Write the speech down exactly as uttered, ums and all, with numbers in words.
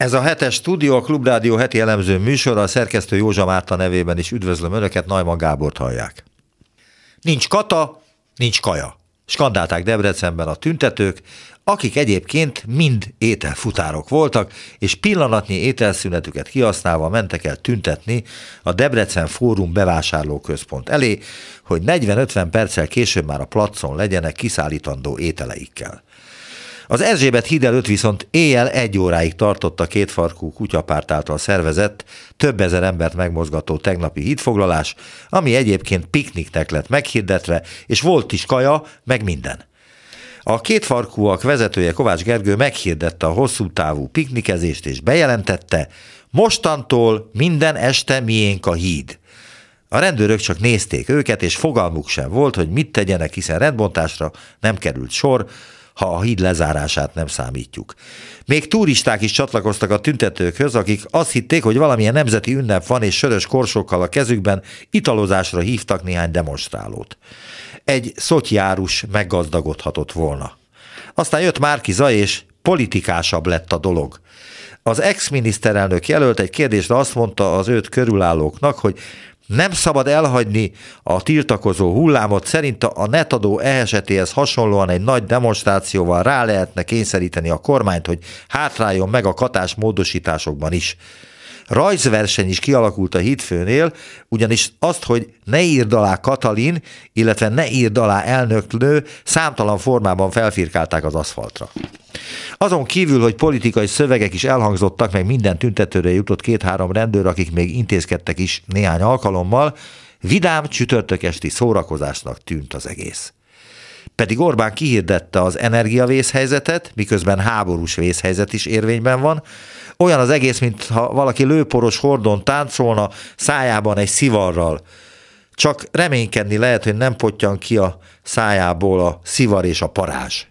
Ez a hetes stúdió, a Klubrádió heti elemző műsora, a szerkesztő Józsa Márta nevében is üdvözlöm Önöket, Neumann Gábort hallják. Nincs kata, nincs kaja. Skandálták Debrecenben a tüntetők, akik egyébként mind ételfutárok voltak, és pillanatnyi ételszünetüket kihasználva mentek el tüntetni a Debrecen Fórum bevásárlóközpont elé, hogy negyven-ötven perccel később már a placon legyenek kiszállítandó ételeikkel. Az Erzsébet híd előtt viszont éjjel egy óráig tartott a kétfarkú kutyapárt által szervezett, több ezer embert megmozgató tegnapi hídfoglalás, ami egyébként pikniknek lett meghirdetve, és volt is kaja, meg minden. A kétfarkúak vezetője Kovács Gergő meghirdette a hosszú távú piknikezést és bejelentette, mostantól minden este miénk a híd. A rendőrök csak nézték őket, és fogalmuk sem volt, hogy mit tegyenek, hiszen rendbontásra nem került sor, ha a híd lezárását nem számítjuk. Még turisták is csatlakoztak a tüntetőkhöz, akik azt hitték, hogy valamilyen nemzeti ünnep van, és sörös korsókkal a kezükben italozásra hívtak néhány demonstrálót. Egy szotyjárus meggazdagodhatott volna. Aztán jött Márki-Zay, és politikásabb lett a dolog. Az ex-miniszterelnök jelölt egy kérdésre azt mondta az őt körülállóknak, hogy nem szabad elhagyni a tiltakozó hullámot, szerinte a netadó esetéhez hasonlóan egy nagy demonstrációval rá lehetne kényszeríteni a kormányt, hogy hátráljon meg a katás módosításokban is. Rajzverseny is kialakult a hídfőnél, ugyanis azt, hogy ne írd alá Katalin, illetve ne írd alá elnöklő, számtalan formában felfirkálták az aszfaltra. Azon kívül, hogy politikai szövegek is elhangzottak, meg minden tüntetőre jutott két-három rendőr, akik még intézkedtek is néhány alkalommal, vidám csütörtök esti szórakozásnak tűnt az egész. Pedig Orbán kihirdette az energiavészhelyzetet, miközben háborús vészhelyzet is érvényben van. Olyan az egész, mintha valaki lőporos hordón táncolna, szájában egy szivarral. Csak reménykedni lehet, hogy nem pottyan ki a szájából a szivar és a parázs.